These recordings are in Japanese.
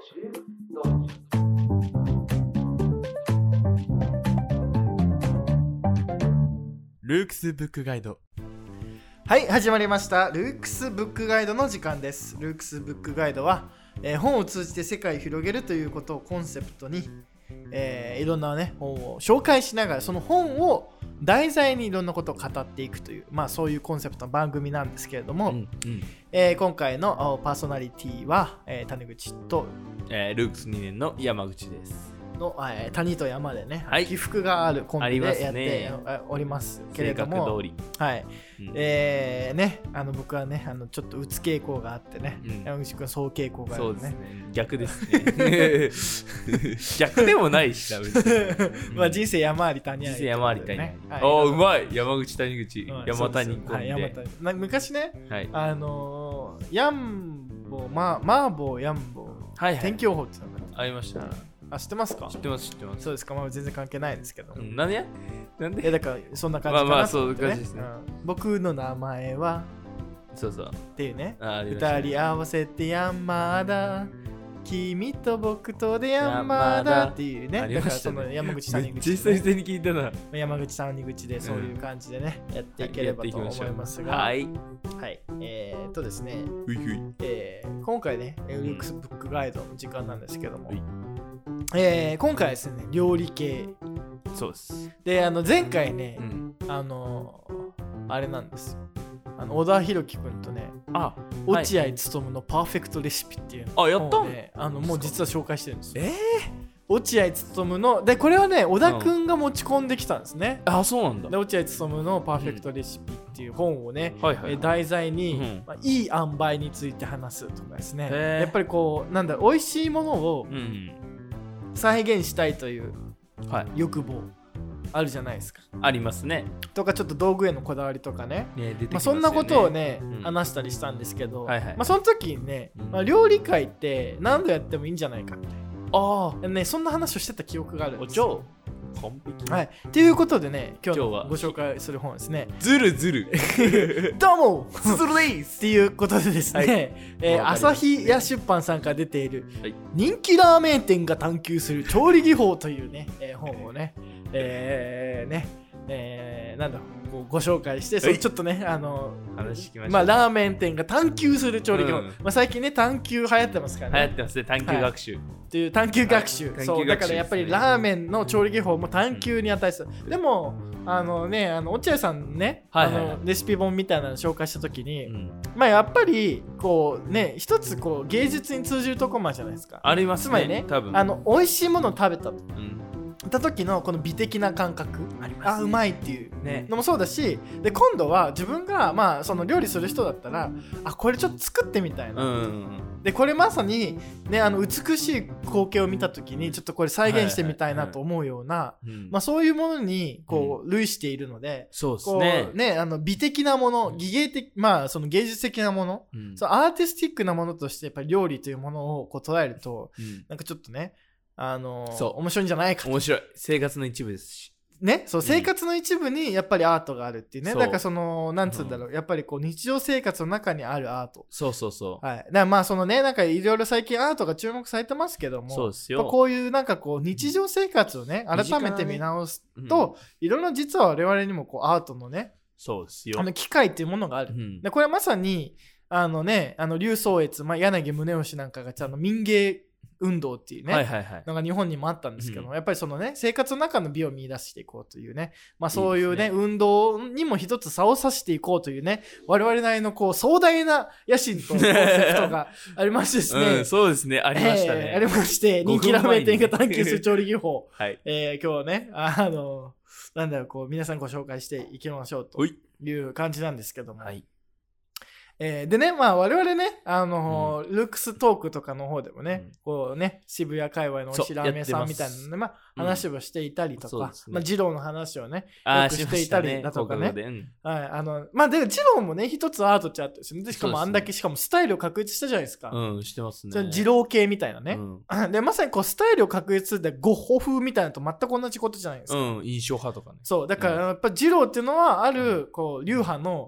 ルークスブックガイド。 はい、始まりましたルークスブックガイドの時間です。ルークスブックガイドは、本を通じて世界を広げるということをコンセプトに、いろんなね本を紹介しながら、その本を題材にいろんなことを語っていくという、そういうコンセプトの番組なんですけれども、今回のパーソナリティは、谷口と、 ルークス2年の山口ですの、谷と山でね、 はい、 起伏があるコンビでやってね、 おりますけれども、 性格通り、 はい、僕はねちょっとうつ傾向があってね、山口君はそう傾向があるね。 そうですね、逆ですね逆でもないしな、 人生山あり谷あり、 人生山あり谷あり、 はい、 うまい、山口谷口、山谷コンビで、 昔ね、 はい、 ヤンボマーボーヤンボー、天気予報ってのがありましたね。 知ってますか？ 知ってます。 そうですか、全然関係ないですけど。 なんでだからそんな感じかなと思ってね。 そういう感じですね。 僕の名前はそうっていうね、 二人合わせて山田、君と僕とで山田っていうね。だからその山口谷口、 実際に聞いたな。 山口谷口でそういう感じでね、やっていければと思いますが、 はい。 ですね、今回ね、ルークスブックガイドの時間なんですけども、今回はですね、料理系。 そうです。 で、前回ね、あれなんですよ。小田裕樹くんとね、落合務のパーフェクトレシピっていうのを、 やったんもう実は紹介してるんですよ。落合務ので、これはね、小田くんが持ち込んできたんですね。 そうなんだ。 で、落合務のパーフェクトレシピっていう本をね、題材に、いい塩梅について話すとかですね。やっぱりこう、美味しいものを再現したいという欲望あるじゃないですか。 ありますね。 とか、ちょっと道具へのこだわりとかね、そんなことをね、話したりしたんですけど、その時にね、料理会って何度やってもいいんじゃないかみたいな、そんな話をしてた記憶があるんですよ。 完璧。 ということでね、今日はご紹介する本ですね。 ずるどうもずるいっていうことでですね、朝日屋出版さんから出ている、人気ラーメン店が探求する調理技法というね、本をね、ご紹介して、ちょっとね、 話聞きました。 ラーメン店が探求する調理技法、最近ね、探求流行ってますからね。 流行ってますね、探求学習。 っていう探求学習。そうだからやっぱりラーメンの調理技法も探求に値する。でも落合さんね、レシピ本みたいなの紹介した時に、やっぱりこうね、一つこう芸術に通じるところもあるじゃないですか。 ありますね。 つまりね、 多分美味しいものを食べたと。た時のこの美的な感覚、うまいっていうのもそうだし、で今度は自分がその料理する人だったら、これちょっと作ってみたいな、でこれまさにね、美しい光景を見た時にちょっとこれ再現してみたいなと思うような、そういうものにこう類しているので、 そうですね。 美的なもの、技芸的、その芸術的なもの、そのアーティスティックなものとしてやっぱり料理というものをこう捉えると、なんかちょっとね、面白いんじゃないかと。 面白い。生活の一部ですしね、生活の一部にやっぱりアートがあるっていうね。だからそのなんつうんだろう、やっぱりこう日常生活の中にあるアート。 そう。 だからそのね、なんかいろいろ最近アートが注目されてますけども、 そうですよ。 こういうなんかこう日常生活をね、改めて見直すと、いろいろ実は我々にもこうアートのね、 そうですよ。 機会っていうものがある。でこれはまさに劉宗悦、柳宗悦なんかが民芸運動っていうね、のが日本にもあったんですけども、やっぱりそのね、生活の中の美を見出していこうというね、そういうね、運動にも一つ差をさしていこうというね、我々なりのこう壮大な野心とコンセプトがありましてですね、 そうですね、ありましたね。 ありまして、人気ラーメン店が探求する調理技法、今日はね、こう皆さんご紹介していきましょうという感じなんですけども、でね、我々ね、ルックストークとかの方でもね、こうね、渋谷界隈のおいしいラーメンさんみたいなので、話をしていたりとか、二郎の話をね、よくしていたりだとかね。で、二郎もね、一つアートっちゃあったんですよね。しかもあんだけ、しかもスタイルを確立したじゃないですか。 してますね。 二郎系みたいなね。で、まさにこう、スタイルを確立でゴッホ風みたいなのと全く同じことじゃないですか。 印象派とかね。 そう、だからやっぱ二郎っていうのは、ある、こう、流派の、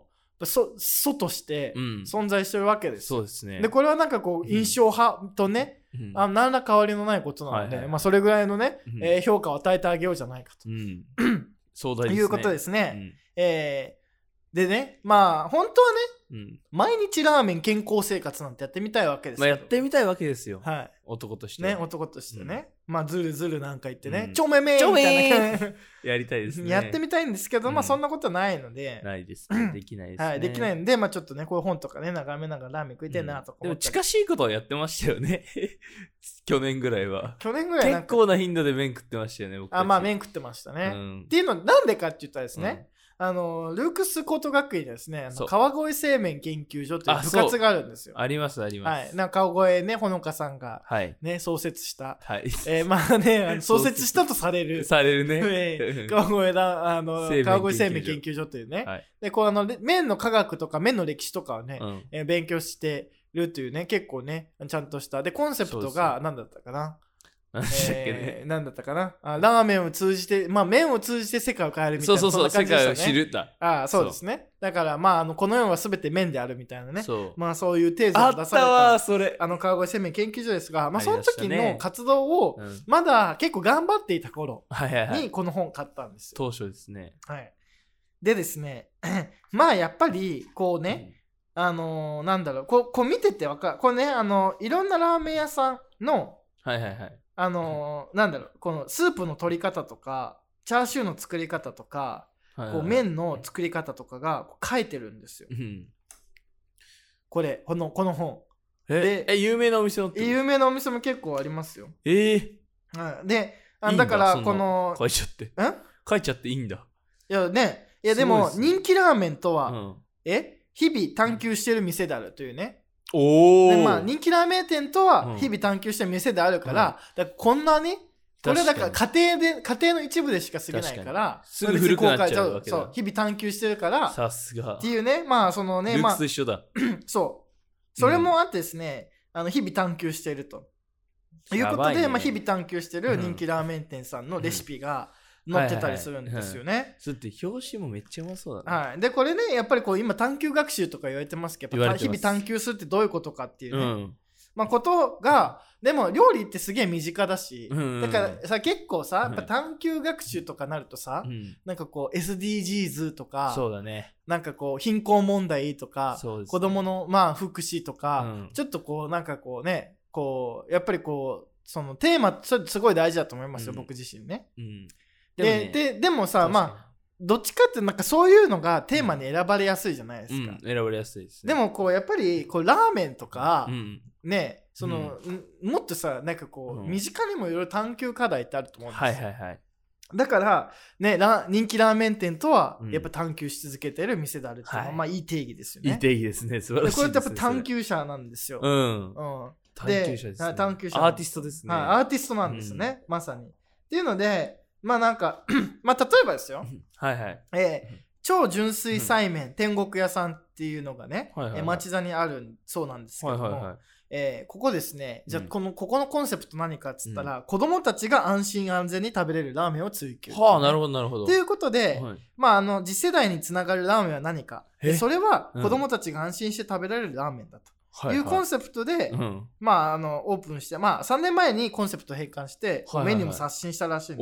素として存在してるわけですよ、 そうですね。 でこれはなんかこう印象派とね、何ら変わりのないことなので、それぐらいのね、評価を与えてあげようじゃないかと、 壮大ですね、 いうことですね。でね、まあ本当はね、毎日ラーメン健康生活なんてやってみたいわけですよ。 やってみたいわけですよ。 はい。 男としてね、男としてね。まあずるずるなんか言ってね、ちょめめーみたいなやりたいですね。 やってみたいんですけど、まあそんなことはないので。 ないですね。できないですね。 はい、できないんで、まあちょっとね、こういう本とかね、眺めながらラーメン食いたいなとか思ったり。でも近しいことはやってましたよね。去年ぐらいは。 去年ぐらい結構な頻度で麺食ってましたよね、僕たち。 まあ麺食ってましたね。っていうのなんでかって言ったらですね、ルークス高等学院にですね、川越製麺研究所という部活があるんですよ。 ありますあります。 はい、なんか川越ね、ほのかさんがね、創設した。 はい。 まあね、創設したとされる。 ね。 川越製麺研究所というね。で、こう麺の科学とか麺の歴史とかをね、勉強してるというね、結構ね、ちゃんとした。で、コンセプトが何だったかな。なんだったかな、ラーメンを通じて、まあ麺を通じて世界を変えるみたいな。 そう、世界を知るだ。 そうですね。だからまあこの世は全て麺であるみたいなね。まあそういうテーゼを出された。あったわそれ。 川越製麺研究所ですが、まあその時の活動をまだ結構頑張っていた頃にこの本を買ったんですよ。 当初ですね。 はい。でですね、まあやっぱりこうね、なんだろう、こう見ててわかる。これね、いろんなラーメン屋さんのなんだろう、このスープの取り方とかチャーシューの作り方とか、こう麺の作り方とかが書いてるんですよ、この本で、有名なお店の有名なお店も結構ありますよ。でだからこの書いちゃって書いちゃっていいんだ。 いやでも人気ラーメンとは日々探求してる店であるというね。でまあ、人気ラーメン店とは日々探求してる店であるから、だからこんなにこれだから家庭の一部でしか過ぎないからすぐ古くなっちゃうわけだ。 そう日々探求してるからさすがっていうね、まあそのね、 ルークスと一緒だ。 そうそれもあってですね、日々探求しているということで、まあ、日々探求してる人気ラーメン店さんのレシピが載ってたりするんですよね。 それって表紙もめっちゃうまそうだね。はい。でこれね、やっぱりこう今探究学習とか言われてますけど、日々探究するってどういうことかっていうね、まあことがでも料理ってすげえ身近だし、だからさ結構さ、やっぱ探究学習とかなるとさ、なんかこう SDGs とか、 そうだね。 なんかこう貧困問題とか、子供のまあ福祉とか、ちょっとこうなんかこうね、こうやっぱりこうそのテーマすごい大事だと思いますよ、僕自身ね。でもさ、まあどっちかってなんかそういうのがテーマに選ばれやすいじゃないですか。 選ばれやすいですね。 でもこうやっぱりこうラーメンとか、ね、その、もっとさなんかこう、身近にもいろいろ探求課題ってあると思うんですよ。だからね、人気ラーメン店とはやっぱ探求し続けてる店であるっていうのは、まあいい定義ですよね。 いい定義ですね。素晴らしいですね。 これってやっぱ探求者なんですよ。 探求者ですね。 探求者。 アーティストですね。 アーティストなんですね、まさに。っていうので、まあなんかまあ例えばですよ。超純粋菜麺、天国屋さんっていうのがね、町座にあるそうなんですけども、ここですね、じゃあここのコンセプト何かっつったら、子供たちが安心安全に食べれるラーメンを追求。 なるほどなるほど。 ということで、まあ次世代につながるラーメンは何か。それは子供たちが安心して食べられるラーメンだと。いうコンセプトで、まあオープンして、まあ3年前にコンセプト変換して、メニューも刷新したらしいんです。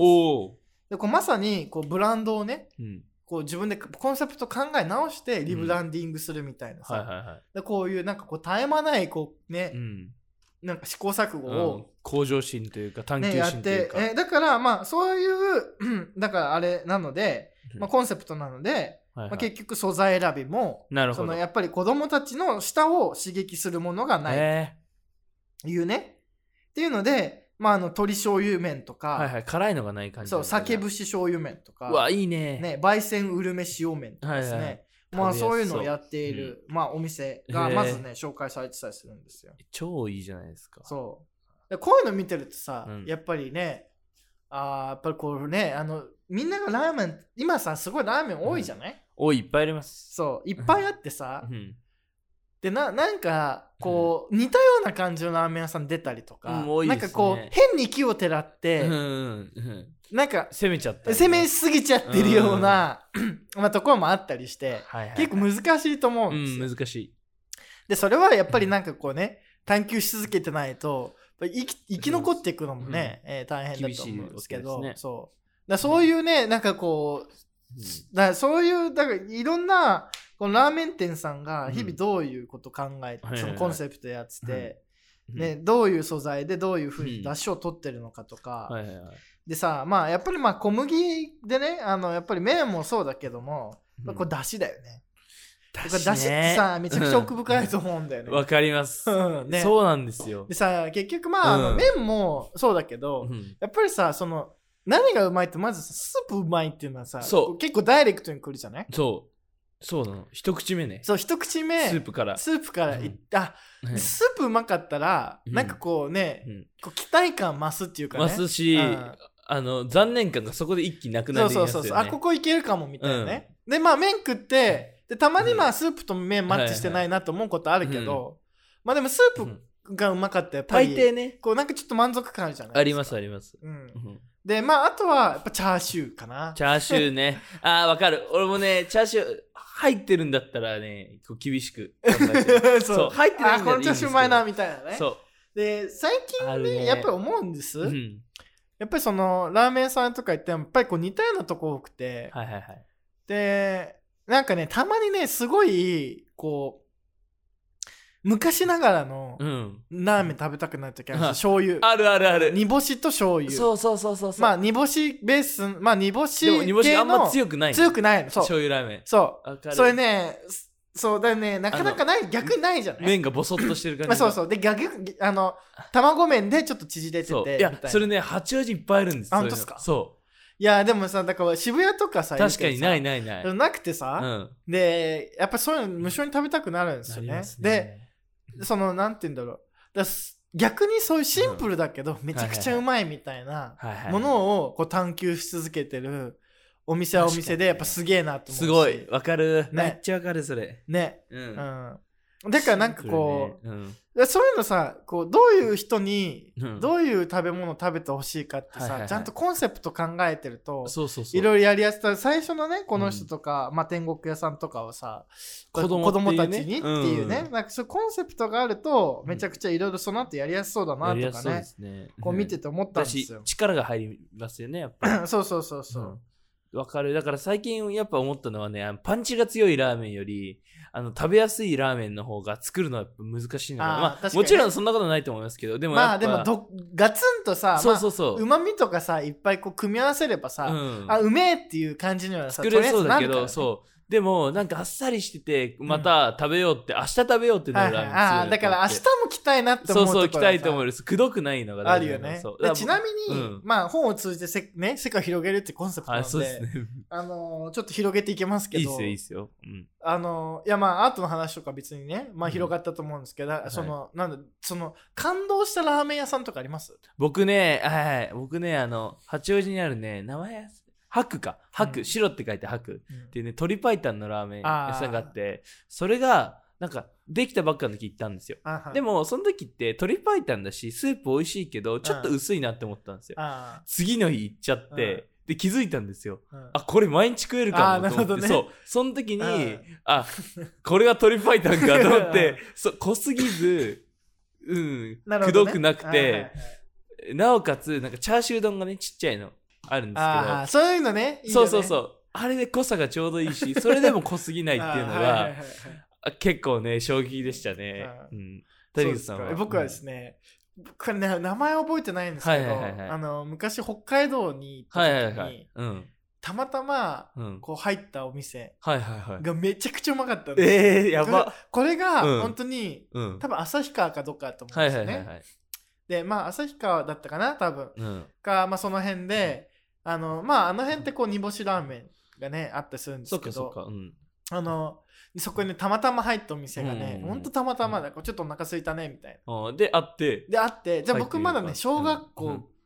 でこうまさにこうブランドをね、こう自分でコンセプト考え直してリブランディングするみたいなさ、でこういうなんかこう絶え間ないこうね、なんか試行錯誤を、 向上心というか探求心というか、 だからまあそういうだからあれなので、まあ、コンセプトなので、まあ、結局素材選びもそのやっぱり子供たちの舌を刺激するものがないというね、っていうので、まあ鶏醤油麺とか、 辛いのがない感じ。 そう、酒節醤油麺とか、 うわいいね。 焙煎うるめ塩麺とかですね。まあそういうのをやっている、まあお店がまずね、紹介されてたりするんですよ。 超いいじゃないですか。 そうでこういうの見てるとさ、やっぱりね、やっぱりこうね、みんながラーメン今さすごいラーメン多いじゃない？ 多い、いっぱいあります。 そういっぱいあってさ、 でなんかこう、似たような感じのラーメン屋さん出たりとか、 多いですね、 なんかこう変に気をてらって、なんか攻めちゃった、ね、 攻めすぎちゃってるような、まあ、ところもあったりして、 はいはいはい、 結構難しいと思うんですよ、 難しい。 でそれはやっぱりなんかこうね、探求し続けてないと生き残っていくのもね、大変だと思うんですけど、ね、そういうね、なんかこう、だからそういうだからいろんなこのラーメン店さんが日々どういうこと考えて、そのコンセプトやってて、ね、どういう素材でどういうふうに出汁を取ってるのかとか、でさ、まあやっぱりまあ小麦でね、やっぱり麺もそうだけども、これ出汁だよね。出汁ってさ、めちゃくちゃ奥深いと思うんだよね。 わかります、ね。そうなんですよ。 でさ、結局まあ、麺もそうだけど、やっぱりさ、その何がうまいって、まずスープうまいっていうのはさ、結構ダイレクトにくるじゃない？ そうなの。一口目ね。 そう、一口目。 スープからいった。スープうまかったら、なんかこうね、こう期待感増すっていうかね。 増すし、残念感がそこで一気になくなるんですよね。 そう。あ、ここいけるかもみたいなね。で、まあ麺食って、でたまにまあスープと麺マッチしてないなと思うことあるけど、まあでもスープがうまかったらやっぱり、 大抵ね、 こうなんかちょっと満足感あるじゃないですか。 ありますあります。 で、まああとはやっぱチャーシューかな。 チャーシューね。わかる。俺もね、チャーシュー入ってるんだったらね、こう厳しく考えてそう、 入ってないんだったらいいんですけど。 このチャーシューうまいなみたいなね。 そう。 で、最近ね、やっぱり思うんです。やっぱりそのラーメン屋さんとか行ってもやっぱりこう似たようなとこ多くて、でなんかね、たまにね、すごいこう昔ながらのラーメン食べたくなるときあるんですよ。醤油ある煮干しと醤油。そうまあ煮干しベース、まあ煮干し系の、 煮干しあんま強くないの。 そう醤油ラーメン。 そうそれね、そうだね、なかなかない、逆にないじゃない。 麺がボソッとしてる感じ。 そうで、逆卵麺でちょっと縮れてて、 いやそれね、八王子いっぱいあるんですよ。 本当ですか？ そう。 いやでもさ、だから渋谷とかさ、 確かにないなくてさ、でやっぱそういうの無性に食べたくなるんですよね。で、そのなんて言うんだろう、逆にそういうシンプルだけどめちゃくちゃうまいみたいなものをこう探求し続けてるお店はお店でやっぱすげえなと思うし。すごいわかる、めっちゃわかるそれね。 だからなんかこう、そういうのさ、こうどういう人にどういう食べ物を食べてほしいかってさ、ちゃんとコンセプト考えてるといろいろやりやすさ。最初のね、この人とか、まあ天国屋さんとかはさ、子供たちにっていうね、なんかそういうコンセプトがあるとめちゃくちゃいろいろその後やりやすそうだなとかね、こう見てて思ったんですよ。 力が入りますよね、やっぱり。 そうわかる。だから最近やっぱ思ったのはね、パンチが強いラーメンより食べやすいラーメンの方が作るのはやっぱ難しいのかな。まあもちろんそんなことないと思いますけど、でもやっぱまあでもガツンとさ、うまみとかさいっぱいこう組み合わせればさ、うめえっていう感じにはさ作れそうだけど、そうでもなんかあっさりしてて、また食べようって、明日食べようってなるラーメン。 だから明日も来たいなって思うところ。 そう来たいと思うんです。くどくないのがあるよね。ちなみに、まあ本を通じて世界を広げるってコンセプトなんで、ちょっと広げていけますけど。 いいっすよ。 いやまあアートの話とか別にね、まあ広がったと思うんですけど、その感動したラーメン屋さんとかあります？ 僕ね、八王子にあるね、名前白白って書いて白っていうね、鶏白湯のラーメン屋さんがあって、それがなんかできたばっかの時行ったんですよ。でもその時って鶏白湯だしスープ美味しいけどちょっと薄いなって思ったんですよ。次の日行っちゃってで気づいたんですよ。これ毎日食えるかもと思って、その時にこれが鶏白湯かと思って濃すぎずくどくなくて、なおかつなんかチャーシュー丼がねちっちゃいのあるんですけど、 そういうのね、いいよね。そうあれで濃さがちょうどいいし、それでも濃すぎないっていうのが結構ね衝撃でしたね。谷口さんは？ 僕はですね、これね名前覚えてないんですけど、昔北海道に行った時にたまたまこう入ったお店がめちゃくちゃうまかったんですよ。 やば。 これが本当に多分旭川かどっかだと思うんですよね。でまあ旭川だったかな多分、まあその辺でまああの辺ってこう煮干しラーメンがねあったりするんですけど、そこにねたまたま入ったお店がね、ほんとたまたまだ、ちょっとお腹空いたねみたいな。 であってじゃあ僕まだね小学校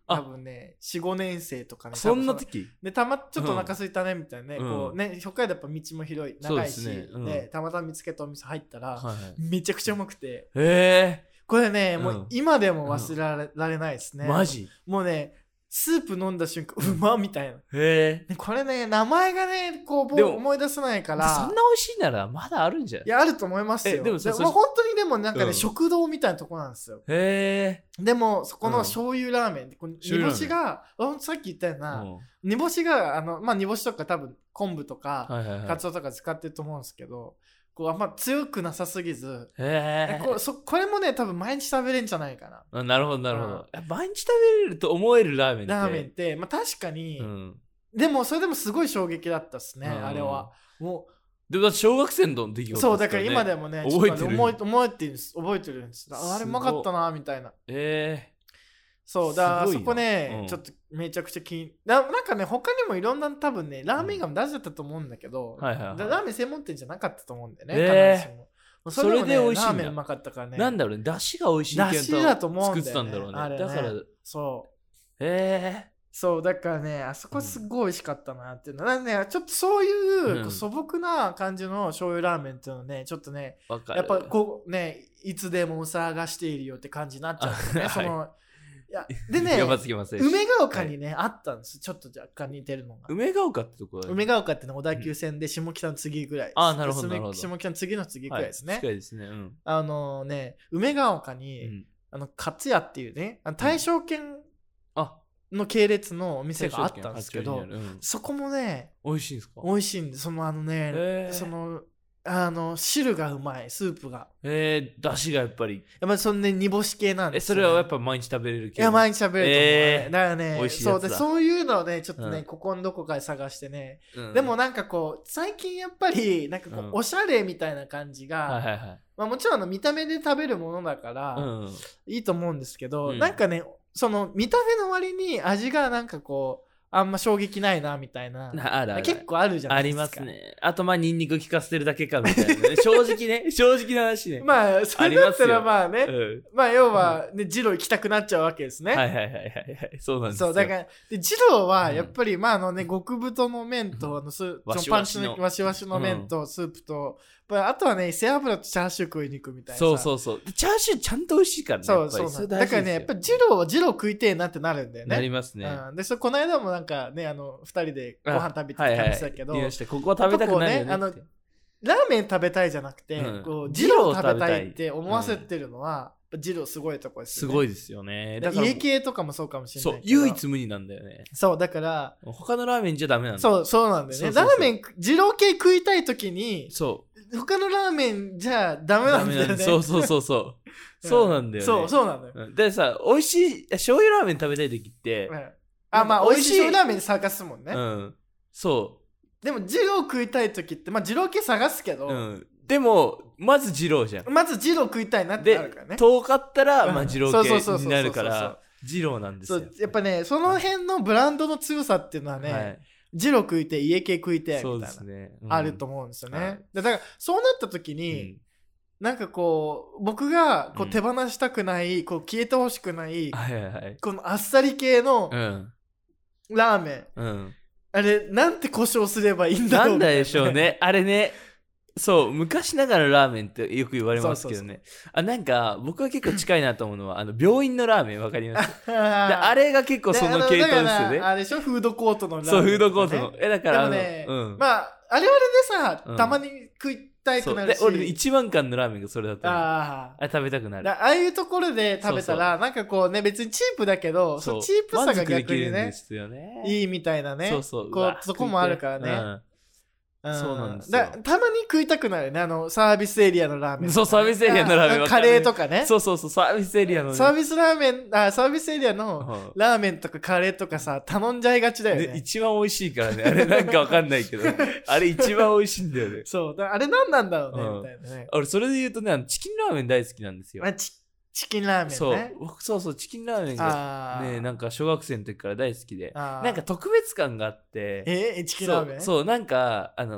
多分ね、4、5年生とかね。 そんな時で、ちょっとお腹空いたね、みたいなね。こうね、北海道やっぱ道も広い、長いし、で、たまたま見つけたお店入ったら、めちゃくちゃうまくて。これね、もう今でも忘れられないですね。 マジ？ もうね、スープ飲んだ瞬間、うまっみたいな。これね、名前がね、こう、思い出せないから。 そんな美味しいなら、まだあるんじゃない？ いや、あると思いますよ。でも本当にでもなんかね、食堂みたいなとこなんですよ。でも、そこの醤油ラーメン、煮干しが、さっき言ったような、煮干しが、煮干しとか多分、昆布とか、カツオとか使ってると思うんですけど、こうあんま強くなさすぎず、これもね多分毎日食べれるんじゃないかな。 なるほどなるほど。毎日食べれると思えるラーメンって、 まあ確かに、でもそれでもすごい衝撃だったっすね、あれは。もうでもだって小学生の出来事ですからね。そうだから今でもね覚えてるんです。あれうまかったなみたいな。そうだからそこね、ちょっとめちゃくちゃなんかね他にもいろんな多分ねラーメンが出しちゃったと思うんだけど、ラーメン専門店じゃなかったと思うんだよね。それで美味しいラーメンうまかったからね。 なんだろうね、出汁が美味しいだしだと思うんだよね。 作ってたんだろうね。だからそうそうだからねあそこすごい美味しかったなっていうのはね、ちょっとそういう素朴な感じの醤油ラーメンっていうのねちょっとねやっぱこうねいつでも探しているよって感じになっちゃうんだよね。そのいやでね梅ヶ丘にね、あったんです。ちょっと若干似てるのが。 梅ヶ丘ってとこ梅ヶ丘っての小田急線で下北の次ぐらいです。 なるほど下北の次の次ぐらいですね。 近いですね。 梅ヶ丘に勝也っていうね大正軒の系列のお店があったんですけど、そこもね美味しいんですか？ 美味しいんで、その汁がうまい、スープが。 だしがやっぱり。 やっぱそんな煮干し系なんですよ、ね。それはやっぱ毎日食べれる系。 いや、毎日食べれると思う、ね。だからね、美味しいやつだ。そういうのをね、ちょっとね、ここのどこかで探してね。でもなんかこう、最近やっぱり、なんかこう、おしゃれみたいな感じが、まあもちろん見た目で食べるものだから、いいと思うんですけど、なんかね、その見た目の割に味がなんかこう、あんま衝撃ないなみたいな結構あるじゃないですか。 ありますね。あとまあニンニク効かせてるだけかみたいなね。正直な話ね。 まあそれだったらまあね、まあ要はね二郎行きたくなっちゃうわけですね。 そうなんですよ。 そうだからで二郎はやっぱりまあ極太の麺とパンチのわしわしの麺とスープと、あとはね背脂とチャーシュー食いに行くみたいな。 そうチャーシューちゃんと美味しいからね。 そうだからねやっぱり二郎食いてえなってなるんだよね。 なりますね。 でこの間もなんかね2人でご飯食べてたんですけど、 ここは食べたくないよねって。 ラーメン食べたいじゃなくて、二郎食べたいって思わせてるのは二郎すごいとこですよね。 すごいですよね。 だから家系とかもそうかもしれないけど。唯一無二なんだよね。 そうだから他のラーメンじゃダメなんだ。 そうなんだよね。ラーメン二郎系食いたい時に他のラーメンじゃダメなんだよね。 そうそうなんだよね。 そうなんだよ。 でさ美味しい醤油ラーメン食べたい時ってまあ美味しい醤油ラーメン探すもんね。 そうでも二郎食いたい時ってまあ二郎系探すけど、 でもまず二郎じゃん。 まず二郎食いたいなってなるからね。 遠かったらまあ二郎系になるから二郎なんですよ。 やっぱねその辺のブランドの強さっていうのはね、二郎食いて家系食いてみたいなあると思うんですよね。だからそうなった時になんかこう僕がこう手放したくないこう消えてほしくないこのあっさり系のラーメン、あれなんて故障すればいいんだろうなんだでしょうねあれね。そう昔ながらラーメンってよく言われますけどね。なんか僕は結構近いなと思うのは病院のラーメンわかりますあれが結構その系統ですよね。 あれでしょフードコートのラーメン、 そうフードコートのだからね、まああれでさ、たまに食いたいくなるし、 俺一番館のラーメンがそれだったあれ食べたくなる。 ああいうところで食べたらなんかこうね別にチープだけどそのチープさが逆にねいいみたいなねそこもあるからね。 そうなんですよ。 たまに食いたくなるねサービスエリアのラーメン、 そうサービスエリアのラーメンカレーとかね。 そうサービスエリアの、 サービスエリアのラーメンとかカレーとかさ頼んじゃいがちだよね。 一番美味しいからねあれなんかわかんないけどあれ一番美味しいんだよね。 そうあれ何なんだろうねみたいなね。 俺それで言うとねチキンラーメン大好きなんですよ。 チキンラーメンね。 そうチキンラーメンがねなんか小学生の時から大好きでなんか特別感があってチキンラーメンそうなんか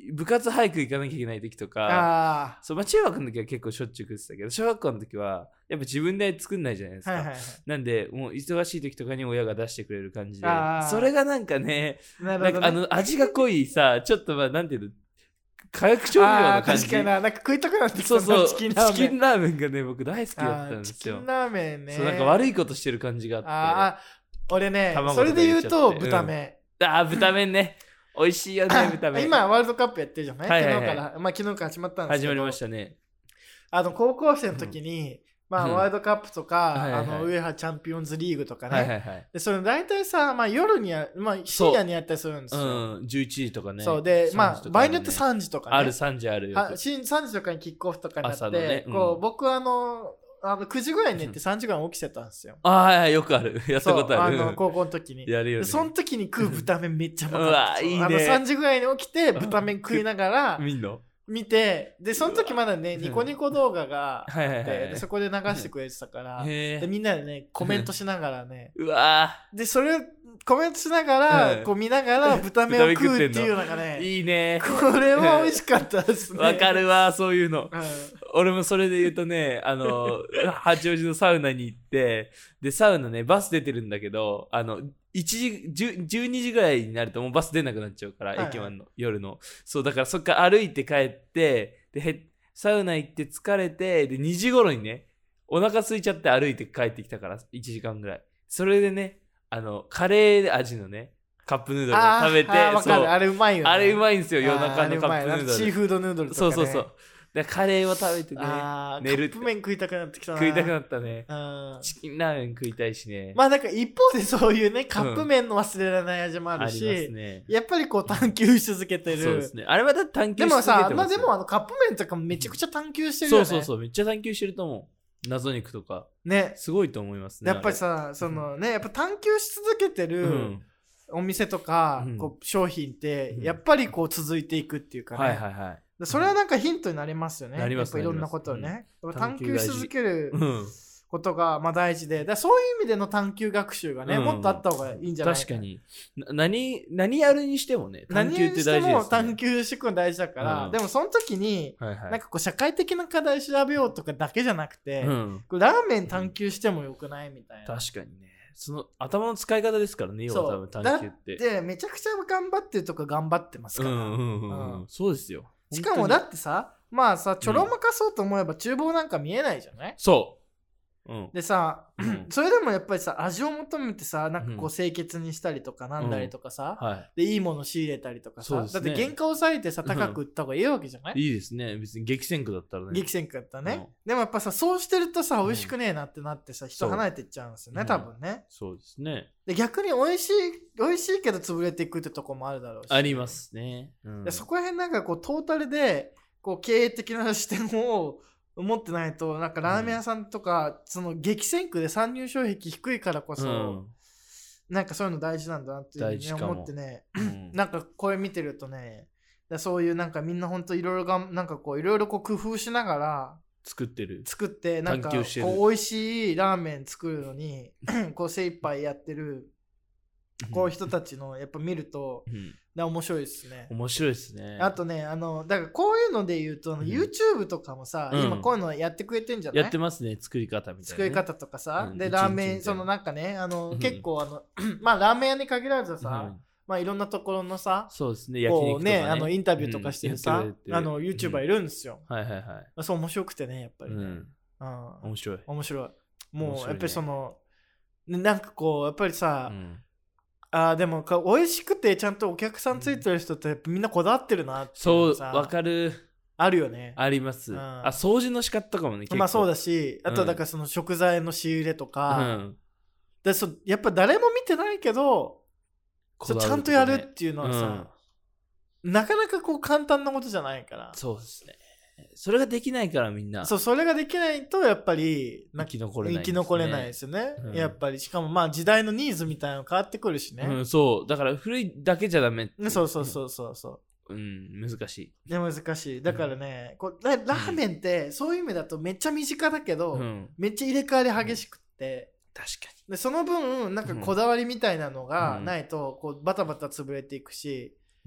部活早く行かなきゃいけない時とか、そう、まあ、中学の時は結構しょっちゅう食ってたけど、小学校の時はやっぱ自分で作んないじゃないですか、はいはいはい、なんでもう忙しい時とかに親が出してくれる感じで、それがなんかね、なんか味が濃いさ、ちょっとまあなんていうの、化学調味料の感じ。確かになんか食いたくなってきた。そうそう、チキンラーメンがね、僕大好きだったんですよ。チキンラーメンね。そう、なんか悪いことしてる感じがあって。 俺ね、それで言うと豚麺。 豚麺ね。美味しいよね、豚麺。 今ワールドカップやってるじゃない、はいはいはい、昨日から、まあ昨日から始まったんですけど。 始まりましたね。 高校生の時に、まあワールドカップとか、ウエハチャンピオンズリーグとかね。はいはいはい、でそれ大体さ、まあ夜にまあ深夜にやったりするんですよ。 11時とかね。 そうで、まあ場合によって3時とかね。 ある3時あるよ。 3時とかにキックオフとかになって、こう僕9時ぐらいに寝て3時ぐらいに起きてたんですよ。 ああ、よくある。やったことある。 高校の時に。 やるよね。 その時に食う豚麺めっちゃうまかった。うわ、いいね。3時ぐらいに起きて豚麺食いながら見て、で、その時まだね、ニコニコ動画があって、そこで流してくれてたから、でみんなでね、コメントしながらね。 うわで、それをコメントしながら、こう見ながら豚麺を食うっていうのがね、 いいね。 これは美味しかったですね。 わかるわ、そういうの。俺もそれで言うとね、八王子のサウナに行って、で、サウナね、バス出てるんだけど、12時ぐらいになるともうバス出なくなっちゃうから、はいはい、駅湾の夜の。そう、だからそっから歩いて帰って、で、サウナ行って疲れて、で、2時頃にね、お腹空いちゃって歩いて帰ってきたから、1時間ぐらい。それでね、カレー味のね、カップヌードルを食べて、 わかる、あれうまいよね。 あれうまいんですよ、夜中のカップヌードル。 シーフードヌードルとか、ね。 そうそうそう。でカレーを食べてね、 寝る。カップ麺食いたくなってきたな。 食いたくなったね。チキンラーメン食いたいしね。 まあなんか一方でそういうね、カップ麺の忘れられない味もあるし、 ありますね、 やっぱりこう探求し続けてる。 そうですね。あれはだって探求し続けてますよ。 でもさ、まあでもカップ麺とかもめちゃくちゃ探求してるよね。 そうそうそう、めっちゃ探求してると思う。謎肉とか。 ね。 すごいと思いますね。 やっぱりさ、そのね、やっぱ探求し続けてる、お店とか、こう商品って、やっぱりこう続いていくっていうかね。 はいはいはい。 それはなんかヒントになりますよね。 なります。 やっぱいろんなことをね。探求し続けることがまあ大事で、そういう意味での探求学習がね、もっとあった方がいいんじゃないか。 確かに。何やるにしてもね、探求って大事ですね。何やるにしても探求していくの大事だから、でもその時に、なんかこう社会的な課題調べようとかだけじゃなくて、ラーメン探求してもよくないみたいな。 確かにね。その頭の使い方ですからね、要は多分探求って。 で、めちゃくちゃ頑張ってるとか頑張ってますから。 そうですよ。 しかもだってさ、まあさ、ちょろまかそうと思えば厨房なんか見えないじゃない？ そう。 でさ、それでもやっぱりさ、味を求めてさ、なんかこう清潔にしたりとかなんだりとかさ、でいいもの仕入れたりとかさ、だって原価を抑えてさ、高く売った方がいいわけじゃない？ いいですね。別に激戦区だったらね。 激戦区だったらね。でもやっぱさ、そうしてるとさ、美味しくねえなってなってさ、人離れていっちゃうんですよね、多分ね。 そうですね。 で逆に美味しいけど潰れていくってとこもあるだろうし。 ありますね。 でそこら辺なんかこうトータルでこう経営的な視点を持ってないと、なんかラーメン屋さんとか、その激戦区で参入障壁低いからこそ、なんかそういうの大事なんだなっていう思ってね、なんかこれ見てるとね、そういうなんかみんなほんといろいろなんかこういろいろこう工夫しながら作ってなんかこう美味しいラーメン作るのにこう精一杯やってるこういう人たちのやっぱ見ると、面白いですね。 面白いですね。 あとね、だからこういうので言うと、YouTube とかもさ、今こういうのやってくれてんじゃない？ やってますね、作り方みたいな、 作り方とかさ、でラーメンそのなんかね、結構まあラーメン屋に限らずさ、まあいろんなところのさ、 そうですね、焼肉とかね、 インタビューとかしてるさ、YouTuber いるんですよ。 はいはいはい。 そう面白くてね、やっぱりね。 面白い。 面白い。もうやっぱりそのなんかこうやっぱりさ。でも美味しくてちゃんとお客さんついてる人ってみんなこだわってるなってそうわかる。 あるよね。 あります。掃除の仕方とかもね、結構。 まあそうだし、あとだからその食材の仕入れとか、やっぱ誰も見てないけどちゃんとやるっていうのはさ、なかなかこう簡単なことじゃないから。 そうですね。それができないからみんな。 それができないとやっぱり生き残れないですよね。やっぱりしかもまあ時代のニーズみたいなの変わってくるしね。 そうだから古いだけじゃダメ。 そう。 難しい。 難しい。だからね、ラーメンってそういう意味だとめっちゃ身近だけど、めっちゃ入れ替わり激しくって。 確かに。 でその分なんかこだわりみたいなのがないとこうバタバタ潰れていくし。 ね。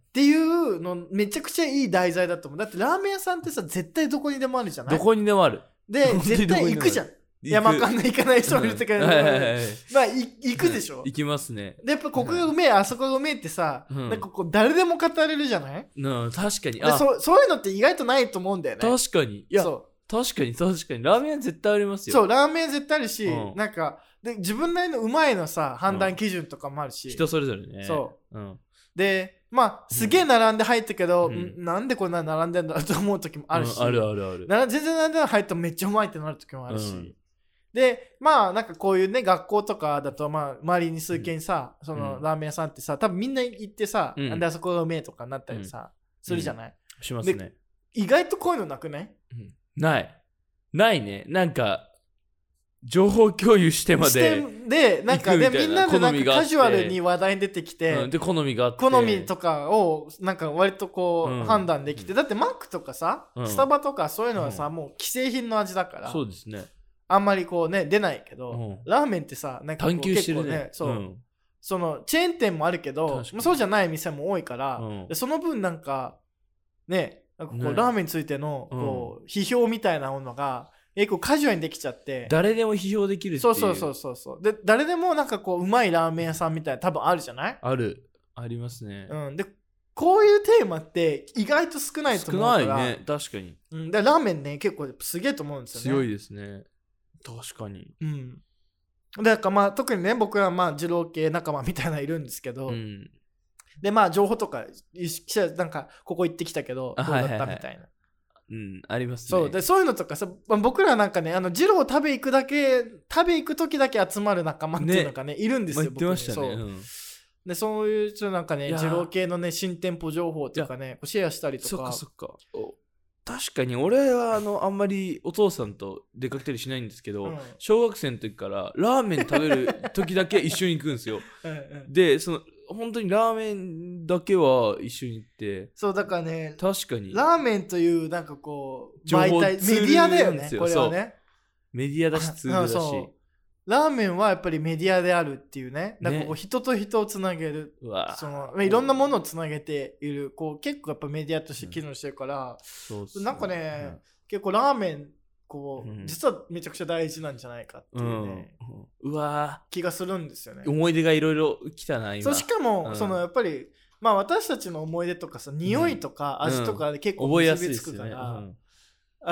っていうのめちゃくちゃいい題材だと思う。だってラーメン屋さんってさ絶対どこにでもあるじゃない。 どこにでもある。 で絶対行くじゃん。いやわかんない行かない人もいるけど、まあ行くでしょ。 行きますね。 でやっぱここがうめえ、あそこがうめえってさ、なんかこう誰でも語れるじゃない。 確かに。 そういうのって意外とないと思うんだよね。 確かに。いや確かにラーメンは絶対ありますよ。 そうラーメン絶対あるし、なんかで自分なりのうまいのさ判断基準とかもあるし、 人それぞれね。 そう、でまあすげえ並んで入ったけど、なんでこんな並んでんだと思う時もあるし、 ある全然並んで入ったらめっちゃうまいってなる時もあるし、でまあなんかこういうね学校とかだとまあ周りに数軒さ、そのラーメン屋さんってさ多分みんな行ってさ、なんであそこがうめえとかなったりさ、するじゃない。 しますね。 意外とこういうのなくない？ ないね。なんか情報共有してまででなんかでみんなでなんかカジュアルに話題に出てきて、 で好みがあって好みとかをなんか割とこう判断できて、だってマックとかさ、スタバとかそういうのはさ、もう既製品の味だから、 そうですね、 あんまりこうね出ないけど、ラーメンってさなんかこう探求してるね。 そう、そのチェーン店もあるけどそうじゃない店も多いから、その分なんかね、なんかこうラーメンについてのこう批評みたいなものが結構カジュアルにできちゃって、 誰でも批評できるっていう。 そうで誰でもなんかこううまいラーメン屋さんみたいな多分あるじゃない。 ありますね。 でこういうテーマって意外と少ないと思うから。 少ないね、確かに。 でラーメンね結構すげえと思うんですよね。 強いですね、確かに。 だからまあ特にね僕はまあ二郎系仲間みたいなのいるんですけど、でまあ情報とかなんかここ行ってきたけどどうだったみたいな、 ありますね。 そういうのとかさ、僕らなんかね二郎食べ行く時だけ集まる仲間っていうのがねいるんですよ。 言ってましたね。 でそういうなんかね二郎系のね新店舗情報とかねシェアしたりとか。 そっか確かに俺はあんまりお父さんと出かけたりしないんですけど、小学生の時からラーメン食べる時だけ一緒に行くんですよ。でその本当にラーメンだけは一緒に行って。 そうだからね、 確かにラーメンというなんかこう媒体メディアだよね、これはね。 メディアだしツールだし、 ラーメンはやっぱりメディアであるっていうね。なんかこう人と人をつなげる、いろんなものをつなげている、こう結構やっぱメディアとして機能してるから、なんかね、結構ラーメンこう、実はめちゃくちゃ大事なんじゃないかっていうね、気がするんですよね。 思い出がいろいろ来たな今。 そうしかも、そのやっぱりまあ私たちの思い出とかさ、匂いとか味とかで結構結びつくから、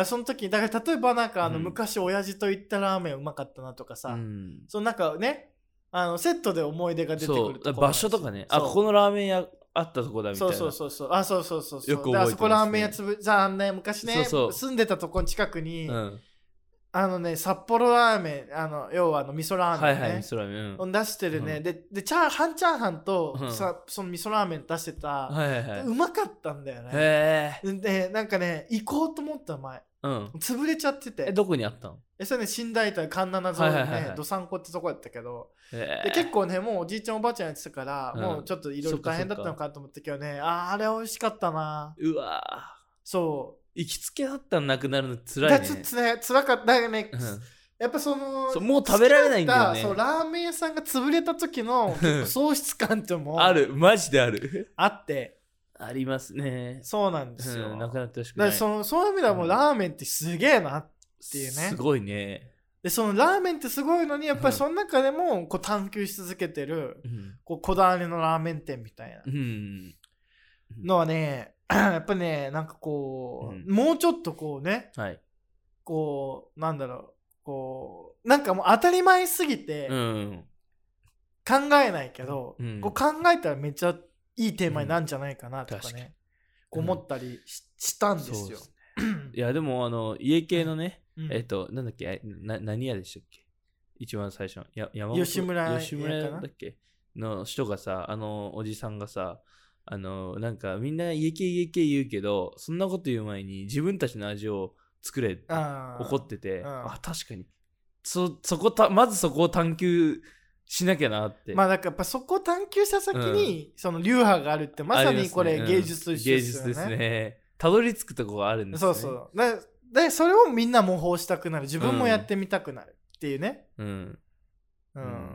その時だから例えばなんか昔親父と行ったラーメンうまかったなとかさ、そのなんかねセットで思い出が出てくるところ、 場所とかね、ここのラーメン屋あったとこだみたいな。 そうよく覚えてますね。あそこラーメン屋じゃあね、昔ね住んでたとこの近くに、札幌ラーメン、要は味噌ラーメンね、 味噌ラーメン出してるね。で半チャーハンとその味噌ラーメン出してた、うまかったんだよね。でなんかね行こうと思った前、潰れちゃってて。 どこにあったの？ それね、新大体環七沿いのね、どさんこってとこやったけど、で結構ねもうおじいちゃんおばあちゃんやってたから、もうちょっといろいろ大変だったのかと思ったけどね、あれ美味しかったな。 うわそう行きつけだったらなくなるのつらいね。 つらかった。だからね、やっぱもう食べられないんだよね。 そうラーメン屋さんが潰れた時の喪失感ってもある、マジである。 あって。 ありますね。 そうなんですよ。 なくなってほしくない。 そういう意味ではもうラーメンってすげえなっていうね。 すごいね。 でそのラーメンってすごいのにやっぱりその中でもこう探求し続けてる、こだわりのラーメン店みたいなのはね、やっぱねなんかこう、もうちょっとこうね、こうなんだろう、こうなんかもう当たり前すぎて考えないけど、こう考えたらめっちゃいいテーマになるんじゃないかなとかね、こう思ったりしたんですよ。 いやでも家系のね、なんだっけ、何屋でしたっけ、一番最初の吉村だっけの人がさ、おじさんがさ、なんかみんな家系言うけど、そんなこと言う前に自分たちの味を作れって怒ってて、確かにまずそこを探求しなきゃなって。 まあだからやっぱそこを探求した先に、その流派があるってまさにこれ芸術と一緒ですよね。 芸術ですね。たどり着くとこがあるんですね。 でそれをみんな模倣したくなる、自分もやってみたくなるっていうね。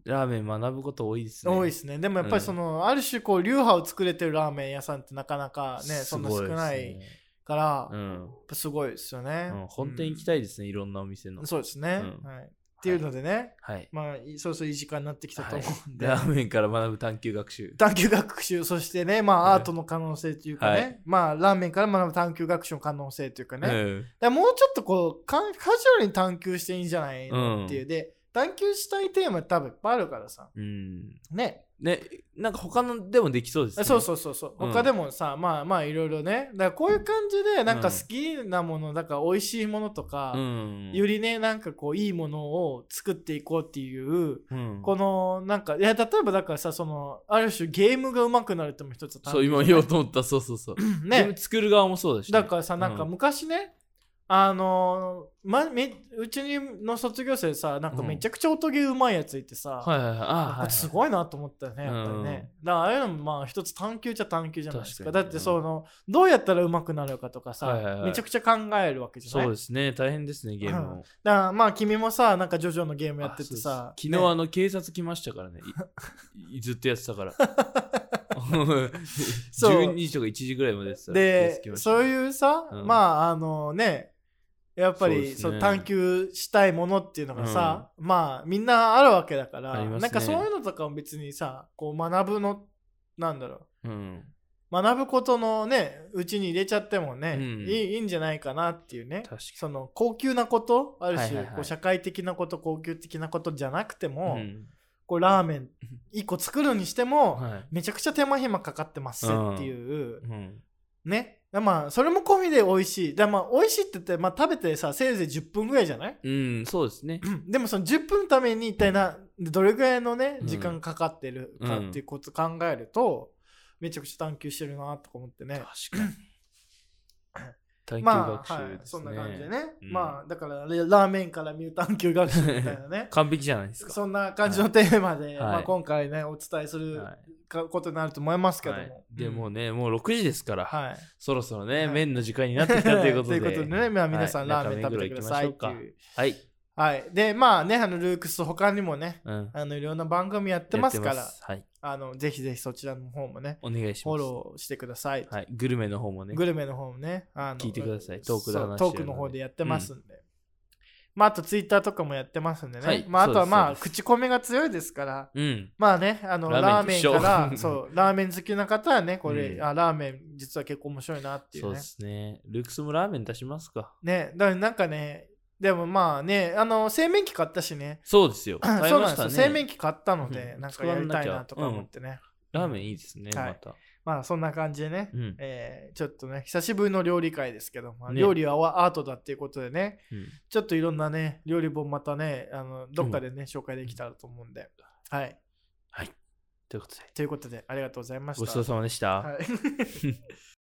ラーメン学ぶこと多いですね。 多いですね。でもやっぱりある種こう流派を作れてるラーメン屋さんってなかなかね、そんな少ないから、すごいですよね。 本店行きたいですね、いろんなお店の。 そうですね。はい。っていうのでね、まあそうそういい時間になってきたと思うんで、 ラーメンから学ぶ探究学習、 そしてね、まあアートの可能性というかね、まあラーメンから学ぶ探究学習の可能性というかね、もうちょっとこうカジュアルに探究していいんじゃないのっていうで、探求したいテーマ多分いっぱいあるからさ、ね、 なんか他のでもできそうですね。 そう、他でもさ、まあいろいろね、だからこういう感じでなんか好きなもの、だから美味しいものとか、よりねなんかこういいものを作っていこうっていう、このなんか例えばだからさ、ある種ゲームが上手くなるっても一つ、 そう今言おうと思った。そうね、ゲーム作る側もそうだし、 だからさ、なんか昔ね、うちの卒業生さ、なんかめちゃくちゃ音ゲーうまいやついてさ、すごいなと思ったよね、やっぱりね。だからああいうのもまあ一つ探求じゃないですか。だってどうやったらうまくなるかとかさ、めちゃくちゃ考えるわけじゃない。 そうですね、大変ですね、ゲームも。 だからまあ君もさ、なんかジョジョのゲームやっててさ、 昨日警察来ましたからね、ずっとやってたから。12時とか1時ぐらいまでで、そういうさ、まあね、やっぱり探求したいものっていうのがさ、まあみんなあるわけだから、なんかそういうのとかも別にさ、こう学ぶの、なんだろう、学ぶことのね、うちに入れちゃってもね、いいんじゃないかなっていうね、高級なこと、ある種こう社会的なこと、高級的なことじゃなくても、こうラーメン1個作るにしても、めちゃくちゃ手間暇かかってますっていう、ね。まあそれも込みで美味しい。まあ美味しいって言って、まあ食べてさ、せいぜい10分ぐらいじゃない？ そうですね。 でもその10分のために一体どれぐらいのね、時間かかってるかっていうことを考えると、めちゃくちゃ探求してるなとか思ってね。 確かに。探究学習ですね。 そんな感じでね。まあだからラーメンから見る探究学習みたいなね。 完璧じゃないですか。 そんな感じのテーマで、まあ今回ねお伝えすることになると思いますけども。 でもね、もう6時ですから、そろそろね麺の時間になってきたということで。 ということでね、皆さんラーメン食べてくださいっていう。はい。で、まあね、ルークス他にもね、いろんな番組やってますから、ぜひぜひそちらの方もね、 お願いします。 フォローしてください。 はい。グルメの方もね。 聞いてください。トークの話。 トークの方でやってますんで。まあ、あとツイッターとかもやってますんでね。まあ、あとはまあ、口コミが強いですから、まあね、ラーメンから、ラーメン好きな方はね、これ、ラーメン実は結構面白いなっていうね。 そうですね。ルークスもラーメン出しますか。 ね、だからなんかね、でもまあね、製麺機買ったしね。 そうですよ。 そうなんですよ。製麺機買ったので、なんかやりたいなとか思ってね。 ラーメンいいですね、また。 まあそんな感じでね、ちょっとね、久しぶりの料理会ですけど、料理はアートだっていうことでね、ちょっといろんなね、料理本またね、どっかでね、紹介できたらと思うんで。はい。 はい。ということで、 ありがとうございました。 ごちそうさまでした。